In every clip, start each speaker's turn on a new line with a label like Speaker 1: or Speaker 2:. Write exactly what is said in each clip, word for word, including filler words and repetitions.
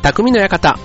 Speaker 1: 匠の館。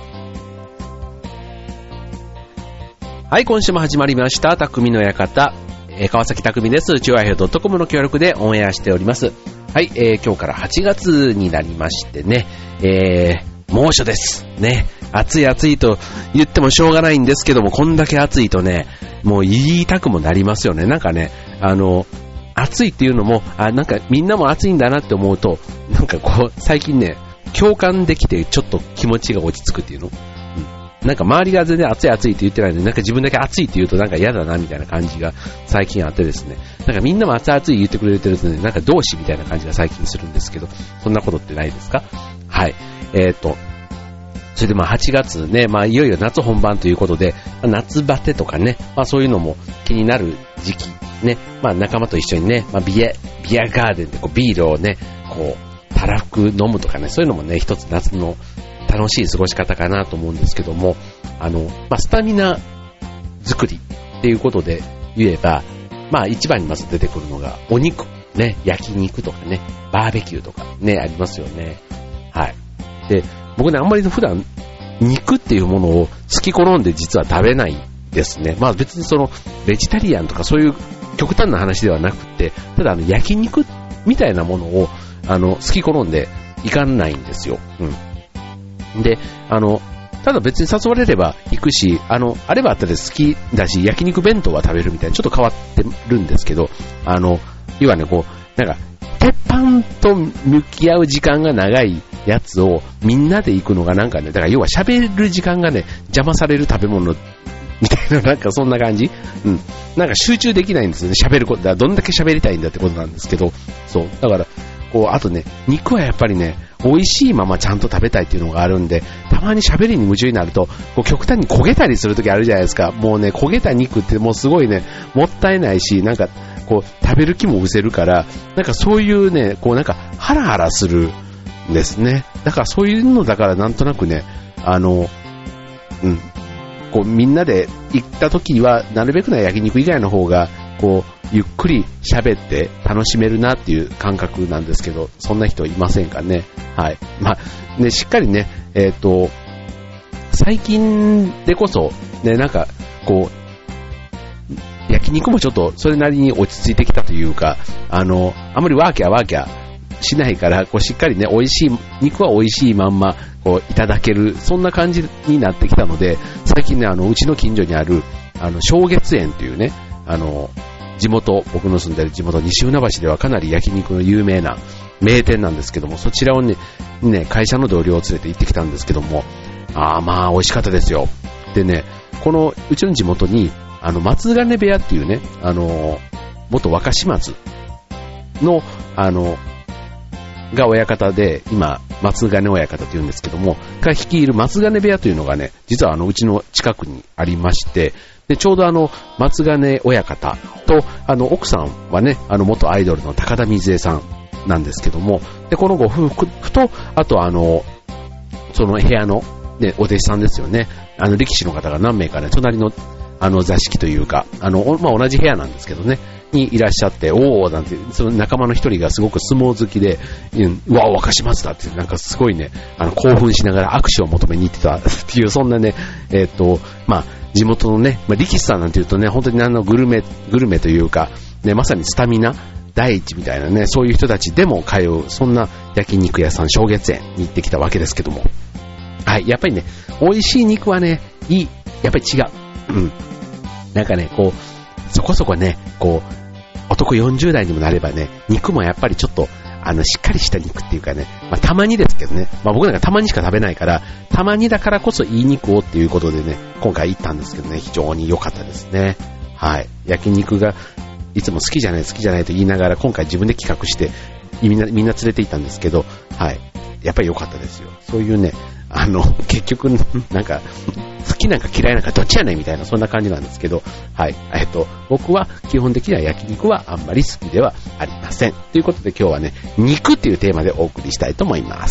Speaker 1: はい、今週も始まりました匠の館、えー、川崎匠です。チュアヘイ .com の協力でオンエアしております。はい、えー、今日からはちがつになりましてね、えー、猛暑ですね。暑い暑いと言ってもしょうがないんですけども、こんだけ暑いとね、もう言いたくもなりますよね。なんかね、あの暑いっていうのも、あ、なんかみんなも暑いんだなって思うと、なんかこう最近ね、共感できてちょっと気持ちが落ち着くっていうの、うん、なんか周りが全然暑い暑いって言ってないのに、なんか自分だけ暑いって言うとなんか嫌だなみたいな感じが最近あってですね、なんかみんなも暑い暑い言ってくれてるとね、なんか同志みたいな感じが最近するんですけど、そんなことってないですか？はい、えーとそれでまあはちがつね、まあいよいよ夏本番ということで、夏バテとかね、まあそういうのも気になる時期ね、まあ仲間と一緒にね、まあビア、ビアガーデンでこうビールをね、こう、たらふく飲むとかね、そういうのもね、一つ夏の楽しい過ごし方かなと思うんですけども、あの、まあスタミナ作りっていうことで言えば、まあ一番にまず出てくるのがお肉、ね、焼肉とかね、バーベキューとかね、ありますよね。はい。で、僕ね、あんまり普段肉っていうものを好き好んで実は食べないですね。まあ別にそのベジタリアンとかそういう極端な話ではなくて、ただあの焼肉みたいなものをあの好き好んでいかないんですよ。うん。で、あのただ別に誘われれば行くし、あのあればあったで好きだし、焼肉弁当は食べるみたいなちょっと変わってるんですけど、あの要はねこうなんか鉄板と向き合う時間が長いやつをみんなで行くのがなんかね、だから要は喋る時間がね邪魔される食べ物みたいな、なんかそんな感じ。うん。なんか集中できないんですよね、喋ること。だからどんだけ喋りたいんだってことなんですけど、そう。だからこうあとね、肉はやっぱりね美味しいままちゃんと食べたいっていうのがあるんで、たまに喋りに夢中になるとこう極端に焦げたりするときあるじゃないですか。もうね焦げた肉ってもうすごいねもったいないし、なんかこう食べる気も失せるから、なんかそういうねこうなんかハラハラするんですね。だからそういうのだからなんとなくね、あのうんこうみんなで行った時はなるべくな焼肉以外の方がこうゆっくり喋って楽しめるなっていう感覚なんですけど、そんな人いませんかね。はい。まあね、しっかりね、えっと最近でこそね、なんかこう焼肉もちょっとそれなりに落ち着いてきたというか、あのあまりワーキャーワーキャーしないから、こうしっかりね美味しい肉は美味しいまんまこういただける、そんな感じになってきたので、最近ねあのうちの近所にあるあの正月園というね、あの地元、僕の住んでる地元西船橋ではかなり焼肉の有名な名店なんですけども、そちらをね、ね会社の同僚を連れて行ってきたんですけども、あーまあ美味しかったですよ。でね、このうちの地元にあの松金部屋っていうね、あの元若島津のあのが親方で、今松金親方というんですけども、が率いる松金部屋というのがね、実はあのうちの近くにありまして、でちょうどあの松金親方とあの奥さんはね、あの元アイドルの高田水江さんなんですけども、でこのご夫婦とあとあのその部屋の、ね、お弟子さんですよね、あの力士の方が何名かね、隣のあの座敷というか、あの、まあ、同じ部屋なんですけどね、にいらっしゃって、おーなんて、その仲間の一人がすごく相撲好きで、うん、うわ、若島津だって、なんかすごいね、あの、興奮しながら握手を求めに行ってたっていう、そんなね、えっと、まあ、地元のね、まあ、力士さんなんていうとね、本当にあの、グルメ、グルメというか、ね、まさにスタミナ第一みたいなね、そういう人たちでも通う、そんな焼肉屋さん、正月園に行ってきたわけですけども。はい、やっぱりね、美味しい肉はね、いい。やっぱり違う。うん。なんかね、こう、そこそこね、こう、男よんじゅう代にもなればね、肉もやっぱりちょっと、あの、しっかりした肉っていうかね、まあ、たまにですけどね、まあ、僕なんかたまにしか食べないから、たまにだからこそいい肉をっていうことでね、今回行ったんですけどね、非常に良かったですね。はい。焼肉が、いつも好きじゃない好きじゃないと言いながら、今回自分で企画して、みんな、みんな連れて行ったんですけど、はい。やっぱり良かったですよ。そういうね、あの、結局、なんか、好きなんか嫌いなんかどっちやねんみたいな、そんな感じなんですけど、はい。えっと、僕は基本的には焼肉はあんまり好きではありません。ということで今日はね、肉っていうテーマでお送りしたいと思います。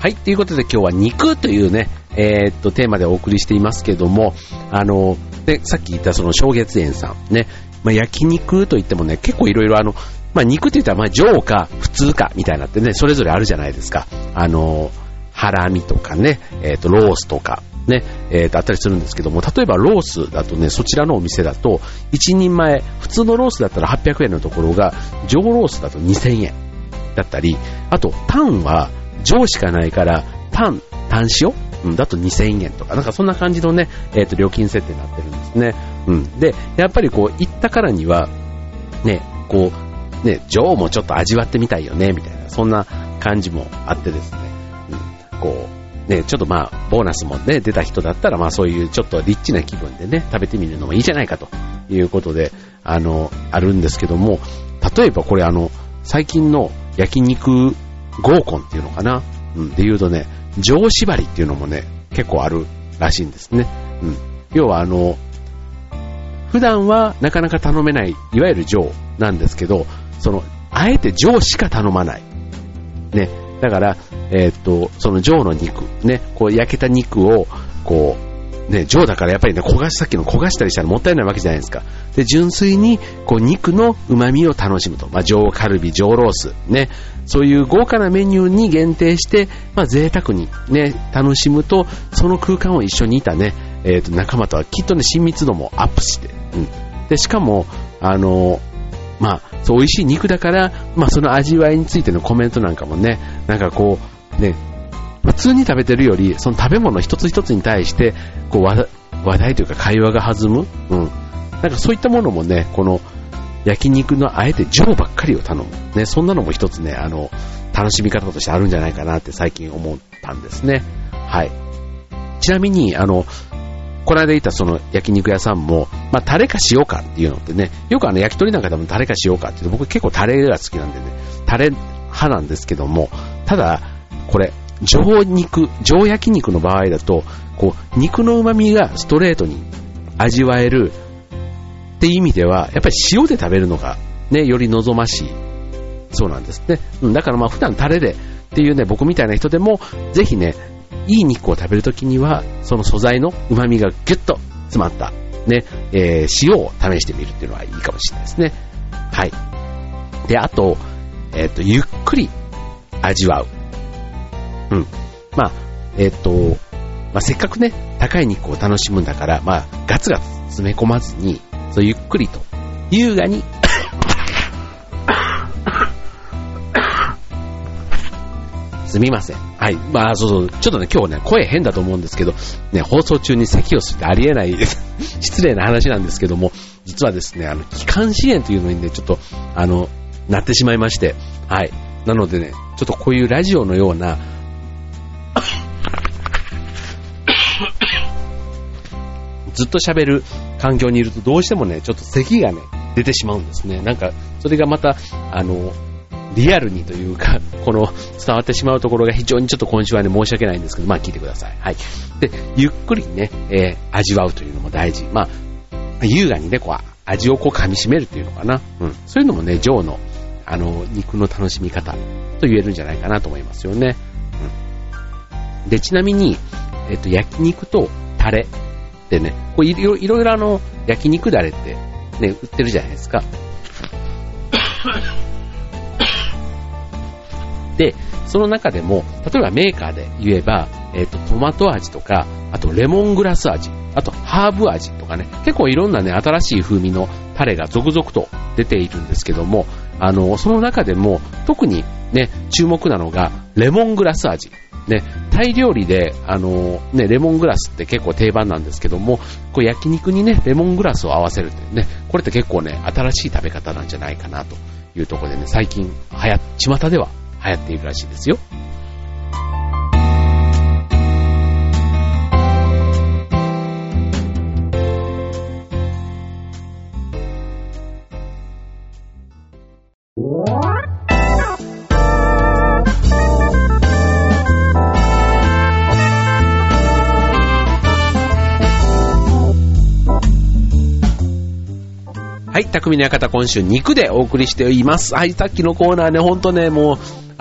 Speaker 1: はい、ということで今日は肉というね、えー、っと、テーマでお送りしていますけども、あの、で、さっき言ったその正月園さんね、まあ、焼肉といってもね、結構いろいろあの、まあ、肉って言ったら、まあ、上か普通かみたいなってね、それぞれあるじゃないですか。あの、ハラミとかね、えっと、ロースとか、ね、えっと、あったりするんですけども、例えばロースだとね、そちらのお店だと、一人前、普通のロースだったらはっぴゃくえんのところが、上ロースだとにせんえんだったり、あと、タンは上しかないから、タン、タン塩、うん、だとにせんえんとか、なんかそんな感じのね、えっと、料金設定になってるんですね。うん。で、やっぱりこう、行ったからには、ね、こう、ね、ジョーもちょっと味わってみたいよね、みたいな、そんな感じもあってですね、うん、こう、ね、ちょっとまあ、ボーナスもね、出た人だったら、まあそういうちょっとリッチな気分でね、食べてみるのもいいじゃないかということで、あの、あるんですけども、例えばこれあの、最近の焼肉合コンっていうのかな、うん、で言うとね、上縛りっていうのもね、結構あるらしいんですね。うん。要はあの、普段はなかなか頼めない、いわゆる上なんですけど、その、あえて上しか頼まない。ね。だから、えー、っと、その上の肉、ね、こう焼けた肉を、こう、ね、上だからやっぱりね、焦がし、さっきの焦がしたりしたらもったいないわけじゃないですか。で、純粋に、こう肉の旨味を楽しむと。まあ、上カルビ、上ロース、ね。そういう豪華なメニューに限定して、まあ、贅沢にね、楽しむと、その空間を一緒にいたね、えー、っと、仲間とはきっとね、親密度もアップして、うん。で、しかも、あの、まあ、そう、美味しい肉だから、まあ、その味わいについてのコメントなんかもね、なんかこう、ね、普通に食べてるより、その食べ物一つ一つに対して、こう、話題というか会話が弾む。うん。なんかそういったものもね、この、焼肉のあえて上ばっかりを頼む。ね、そんなのも一つね、あの、楽しみ方としてあるんじゃないかなって最近思ったんですね。はい。ちなみに、あの、この間言ったその焼肉屋さんも、まあ、タレか塩かっていうのってね、よくあの焼き鳥なんかでもタレか塩かっていうの、僕結構タレが好きなんでね、タレ派なんですけども、ただ、これ、上肉、上焼肉の場合だと、こう、肉の旨味がストレートに味わえるっていう意味では、やっぱり塩で食べるのがね、より望ましい。そうなんですね。うん、だからまあ普段タレでっていうね、僕みたいな人でも、ぜひね、いい肉を食べるときには、その素材の旨味がギュッと詰まった、ね、えー、塩を試してみるっていうのはいいかもしれないですね。はい。で、あと、えっと、ゆっくり味わう。うん。まあ、えっと、まあ、せっかくね、高い肉を楽しむんだから、まあ、ガツガツ詰め込まずに、そうゆっくりと、優雅に、すみません。はい。まあ、そうそう。ちょっとね、今日ね、声変だと思うんですけど、ね、放送中に咳をするってありえない、失礼な話なんですけども、実はですね、あの、気管支炎というのにね、ちょっと、あの、なってしまいまして、はい。なのでね、ちょっとこういうラジオのような、ずっと喋る環境にいるとどうしてもね、ちょっと咳がね、出てしまうんですね。なんか、それがまた、あの、リアルにというか、この伝わってしまうところが非常にちょっと今週はね、申し訳ないんですけど、まあ聞いてください。はい。で、ゆっくりね、えー、味わうというのも大事。まあ、優雅にね、こう、味をこう噛み締めるというのかな。うん。そういうのもね、上の、あの、肉の楽しみ方と言えるんじゃないかなと思いますよね。うん。で、ちなみに、えっと、焼肉とタレってね、こういろいろいろあの、焼肉ダレってね、売ってるじゃないですか。で、その中でも、例えばメーカーで言えば、えっと、トマト味とか、あとレモングラス味、あとハーブ味とかね、結構いろんなね、新しい風味のタレが続々と出ているんですけども、あの、その中でも特にね、注目なのがレモングラス味。ね、タイ料理で、あの、ね、レモングラスって結構定番なんですけども、こう焼肉にね、レモングラスを合わせるってね、これって結構ね、新しい食べ方なんじゃないかなというところでね、最近流行っ、巷では流行っているらしいですよ。はい、匠の館今週肉でお送りしています。はい、さっきのコーナーね、ほんとね、もう、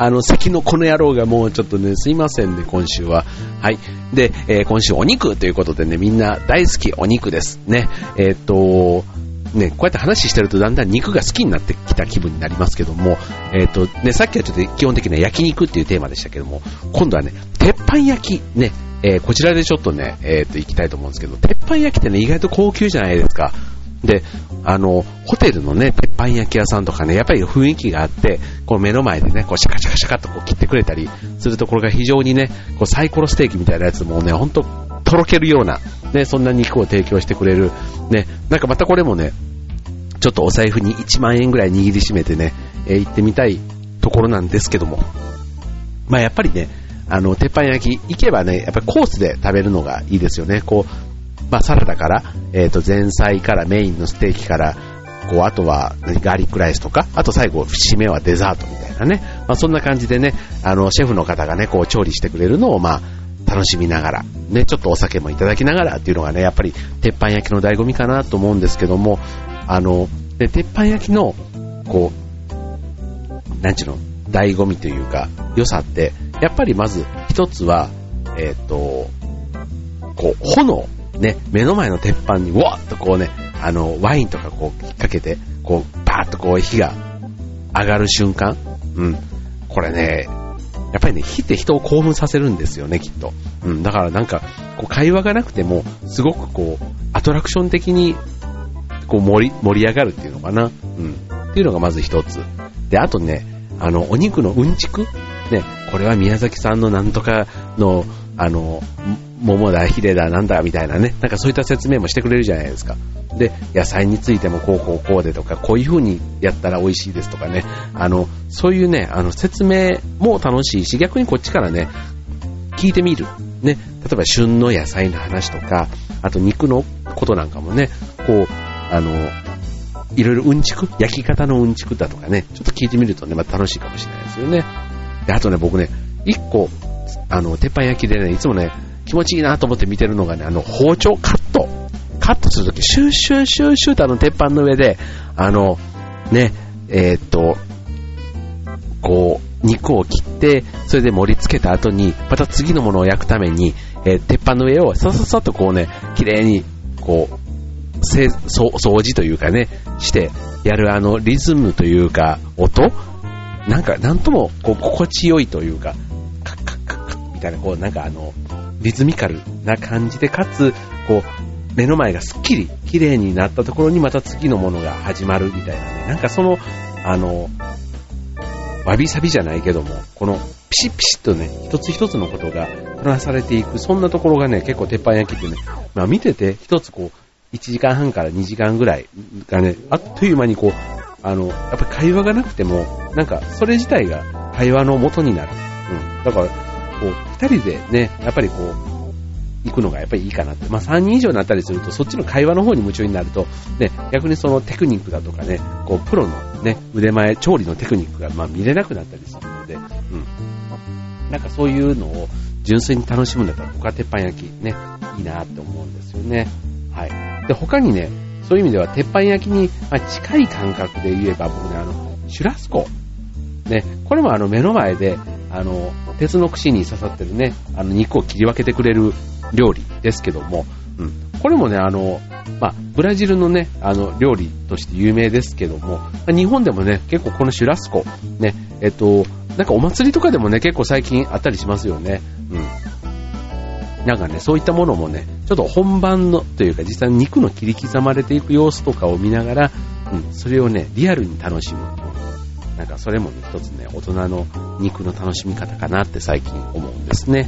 Speaker 1: あの、咳のこの野郎がもうちょっとね、すいませんね、今週は。はい。で、えー、今週お肉ということでね、みんな大好きお肉ですね。えー、っと、ね、こうやって話してるとだんだん肉が好きになってきた気分になりますけども、えっと、ね、さっきはちょっと基本的な焼肉っていうテーマでしたけども、今度はね、鉄板焼き、ね、えー、こちらでちょっとね、えっと、行きたいと思うんですけど、鉄板焼きってね、意外と高級じゃないですか。で、あの、ホテルのね、鉄板焼き屋さんとかね、やっぱり雰囲気があって、こう目の前でね、こうシャカシャカシャカっとこう切ってくれたりするところが非常にね、こうサイコロステーキみたいなやつもね、ほんととろけるような、ね、そんな肉を提供してくれる、ね、なんかまたこれもね、ちょっとお財布にいちまんえんぐらい握りしめてね、えー、行ってみたいところなんですけども。まあやっぱりね、あの、鉄板焼き行けばね、やっぱりコースで食べるのがいいですよね。こう、まあサラダから、えっと、前菜からメインのステーキから、こう、あとはガーリックライスとか、あと最後、締めはデザートみたいなね。まあそんな感じでね、あの、シェフの方がね、こう調理してくれるのを、まあ、楽しみながら、ね、ちょっとお酒もいただきながらっていうのがね、やっぱり鉄板焼きの醍醐味かなと思うんですけども、あの、で、鉄板焼きの、こう、なんちゅうの、醍醐味というか、良さって、やっぱりまず一つは、えっと、こう、炎、ね、目の前の鉄板にわーっとこうね、あの、ワインとかこう、引っ掛けて、こう、バーッとこう、火が上がる瞬間、うん。これね、やっぱりね、火って人を興奮させるんですよね、きっと。うん。だからなんか、こう、会話がなくても、すごくこう、アトラクション的に、こう盛り、盛り上がるっていうのかな。うん。っていうのがまず一つ。で、あとね、あの、お肉のうんちくね、これは宮崎さんのなんとかの、あの、桃だ、ヒレだ、なんだ、みたいなね。なんかそういった説明もしてくれるじゃないですか。で、野菜についてもこうこうこうでとか、こういう風にやったら美味しいですとかね。あの、そういうね、あの、説明も楽しいし、逆にこっちからね、聞いてみる。ね。例えば旬の野菜の話とか、あと肉のことなんかもね、こう、あの、いろいろうんちく、焼き方のうんちくだとかね、ちょっと聞いてみるとね、また楽しいかもしれないですよね。で、あとね、僕ね、一個、あの、鉄板焼きでね、いつもね、気持ちいいなと思って見てるのがね、あの、包丁カット。カットするとき、シューシューシューシューとあの、鉄板の上で、あの、ね、えー、っと、こう、肉を切って、それで盛り付けた後に、また次のものを焼くために、えー、鉄板の上をさささっとこうね、綺麗に、こう、掃除というかね、してやるあのリズムというか音なんかなんともこう心地よいというかカッカッカッカッみたいなこうなんかあのリズミカルな感じでかつこう目の前がすっきり綺麗になったところにまた次のものが始まるみたいなねなんかそのあのわびさびじゃないけどもこのピシッピシッとね一つ一つのことがこなされていくそんなところがね結構鉄板焼きってねまあ見てて一つこういちじかんはんからにじかんぐらいがね、あっという間にこう、あの、やっぱり会話がなくても、なんかそれ自体が会話の元になる。うん。だから、こう、二人でね、やっぱりこう、行くのがやっぱりいいかなって。まあさんにん以上になったりすると、そっちの会話の方に夢中になると、ね、逆にそのテクニックだとかね、こう、プロのね、腕前、調理のテクニックがまあ見れなくなったりするので、うん。なんかそういうのを純粋に楽しむんだったら、僕は鉄板焼きね、いいなって思うんですよね。はい。で、他にね、そういう意味では、鉄板焼きに、まあ、近い感覚で言えば、僕ね、あの、シュラスコ。ね、これもあの、目の前で、あの、鉄の串に刺さってるね、あの、肉を切り分けてくれる料理ですけども、うん。これもね、あの、まあ、ブラジルのね、あの、料理として有名ですけども、まあ、日本でもね、結構このシュラスコ、ね、えっと、なんかお祭りとかでもね、結構最近あったりしますよね。うん。なんかね、そういったものもね、ちょっと本番のというか実際に肉の切り刻まれていく様子とかを見ながら、うん、それをね、リアルに楽しむ。なんかそれもね、一つね、大人の肉の楽しみ方かなって最近思うんですね。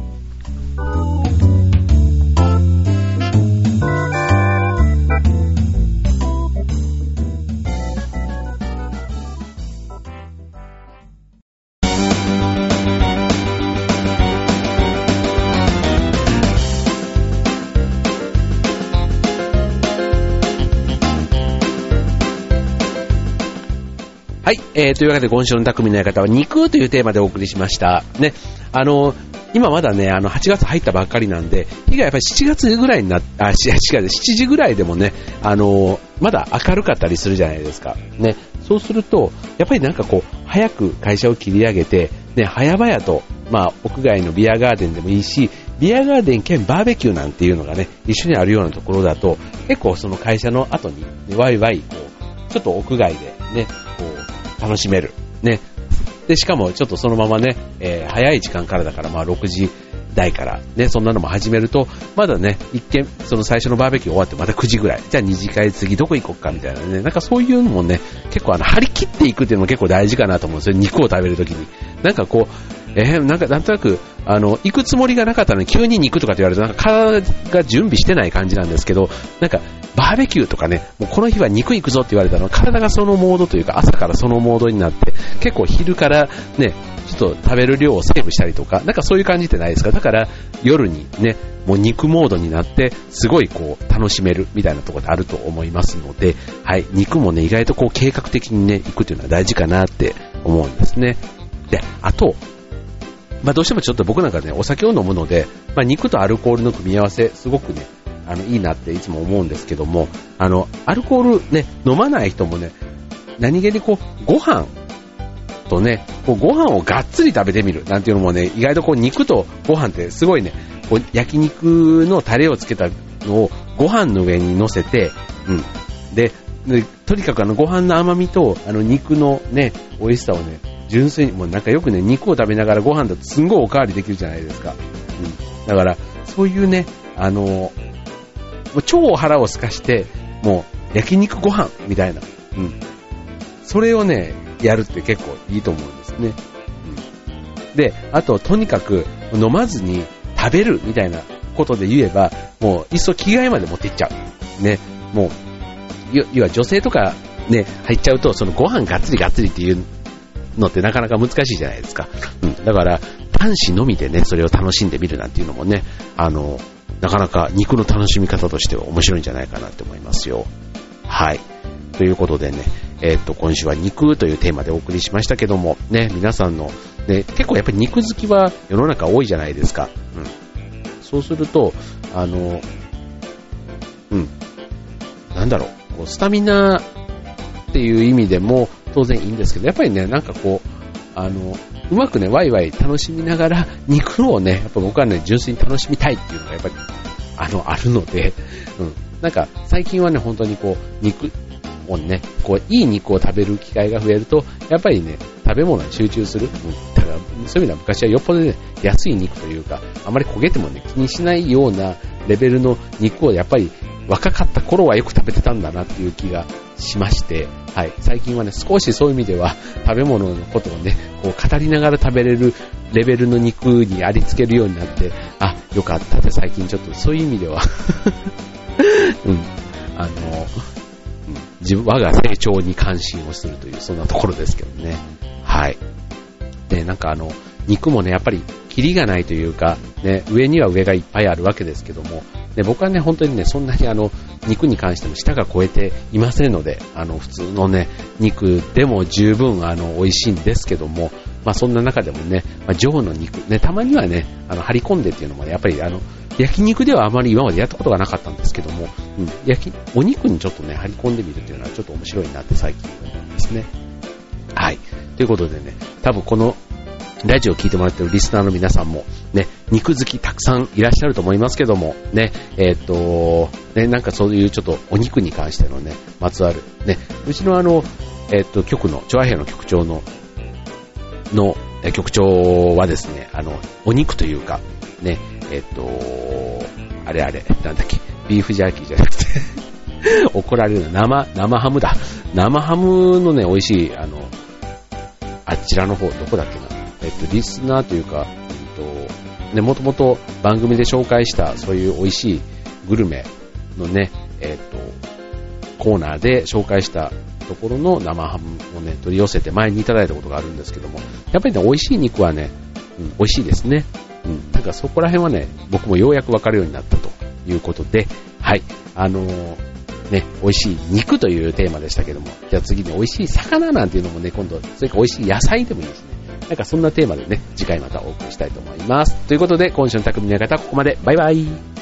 Speaker 1: はい、えー、というわけで今週の匠の館は肉というテーマでお送りしました。ね、あの、今まだね、あの、はちがつ入ったばっかりなんで、日がやっぱりしちがつぐらいになっ、あ、しちがつ、しちじぐらいでもね、あの、まだ明るかったりするじゃないですか。ね、 そうすると、やっぱりなんかこう、早く会社を切り上げて、ね、早々と、まあ、屋外のビアガーデンでもいいし、ビアガーデン兼バーベキューなんていうのがね、一緒にあるようなところだと、結構その会社の後に、ね、ワイワイ、こう、ちょっと屋外でね、こう、楽しめる。ね。で、しかもちょっとそのままね、えー、早い時間からだから、まあ、ろくじ台からね、そんなのも始めると、まだね、一見、その最初のバーベキュー終わってまたくじぐらい。じゃあ二次会次どこ行こっかみたいなね。なんかそういうのもね、結構あの、張り切っていくっていうのも結構大事かなと思うんですよ。肉を食べるときに。なんかこう、えー、なんかなんとなく、あの、行くつもりがなかったのに急に肉とかって言われると、なんか体が準備してない感じなんですけど、なんか、バーベキューとかね、もうこの日は肉行くぞって言われたの、体がそのモードというか、朝からそのモードになって、結構昼からね、ちょっと食べる量をセーブしたりとか、なんかそういう感じってないですか？だから夜にね、もう肉モードになって、すごいこう楽しめるみたいなところであると思いますので、はい、肉もね、意外とこう計画的にね、行くというのは大事かなって思うんですね。で、あと、まあどうしてもちょっと僕なんかね、お酒を飲むので、まあ肉とアルコールの組み合わせ、すごくね、あの、いいなっていつも思うんですけども、あの、アルコールね、飲まない人もね、何気にこう、ご飯とね、こうご飯をがっつり食べてみるなんていうのもね、意外とこう肉とご飯ってすごいね、こう焼肉のタレをつけたのをご飯の上に乗せて、うん。で、でとにかくあのご飯の甘みとあの肉のね、美味しさをね、純粋に、もうなんかよくね、肉を食べながらご飯だとすんごいおかわりできるじゃないですか。うん。だから、そういうね、あの、もう超腹を空かして、もう焼肉ご飯みたいな。うん。それをね、やるって結構いいと思うんですね。うん、で、あと、とにかく飲まずに食べるみたいなことで言えば、もういっそ着替えまで持っていっちゃう。ね。もう、要は女性とかね、入っちゃうと、そのご飯がっつりがっつりっていうのってなかなか難しいじゃないですか。うん。だから、男子のみでね、それを楽しんでみるなんていうのもね、あの、なかなか肉の楽しみ方としては面白いんじゃないかなって思いますよ。はい。ということでね、えー、っと、今週は肉というテーマでお送りしましたけども、ね、皆さんの、ね、結構やっぱり肉好きは世の中多いじゃないですか。うん。そうすると、あの、うん。なんだろう、こうスタミナっていう意味でも当然いいんですけど、やっぱりね、なんかこう、あの、うまくね、ワイワイ楽しみながら、肉をね、やっぱ僕はね、純粋に楽しみたいっていうのがやっぱり、あの、あるので、うん。なんか、最近はね、本当にこう、肉をね、こう、いい肉を食べる機会が増えると、やっぱりね、食べ物に集中する。うん。だから、そういう意味では昔はよっぽどね、安い肉というか、あまり焦げてもね、気にしないようなレベルの肉をやっぱり、若かった頃はよく食べてたんだなっていう気がしまして、はい、最近はね、少しそういう意味では食べ物のことをね、こう語りながら食べれるレベルの肉にありつけるようになって、あ、よかったって最近ちょっとそういう意味では、うん、あの、うん、自分、我が成長に関心をするという、そんなところですけどね。はい。で、なんかあの、肉もね、やっぱり、キリがないというか、ね、上には上がいっぱいあるわけですけども、で僕はね、本当にね、そんなにあの、肉に関しても舌が超えていませんので、あの、普通のね、肉でも十分、あの、美味しいんですけども、まあそんな中でもね、まあ、上の肉、ね、たまにはね、あの、張り込んでっていうのもね、やっぱりあの、焼肉ではあまり今までやったことがなかったんですけども、うん、焼き、お肉にちょっとね、張り込んでみるっていうのはちょっと面白いなって最近思うんですね。はい。ということでね、多分この、ラジオを聞いてもらっているリスナーの皆さんもね、肉好きたくさんいらっしゃると思いますけども、ね、えー、っと、ね、なんかそういうちょっとお肉に関してのね、まつわる、ね、うちのあの、えー、っと、局の、調和平の局長の、の、え局長はですね、あの、お肉というか、ね、えー、っと、あれあれ、なんだっけ、ビーフジャーキーじゃなくて、怒られるの、生、生ハムだ。生ハムのね、美味しい、あの、あちらの方、どこだっけな。えっと、リスナーというか、えっと、ね、もともと番組で紹介したそういう美味しいグルメのね、えっと、コーナーで紹介したところの生ハムをね、取り寄せて前にいただいたことがあるんですけども、やっぱりね、美味しい肉はね、うん、美味しいですね。うん、なんかそこら辺はね、僕もようやくわかるようになったということで、はい、あのー、ね、美味しい肉というテーマでしたけども、じゃあ次に美味しい魚なんていうのもね、今度、それから美味しい野菜でもいいですね。なんかそんなテーマでね、次回またお送りしたいと思います。ということで、今週の匠の館はここまで。バイバイ。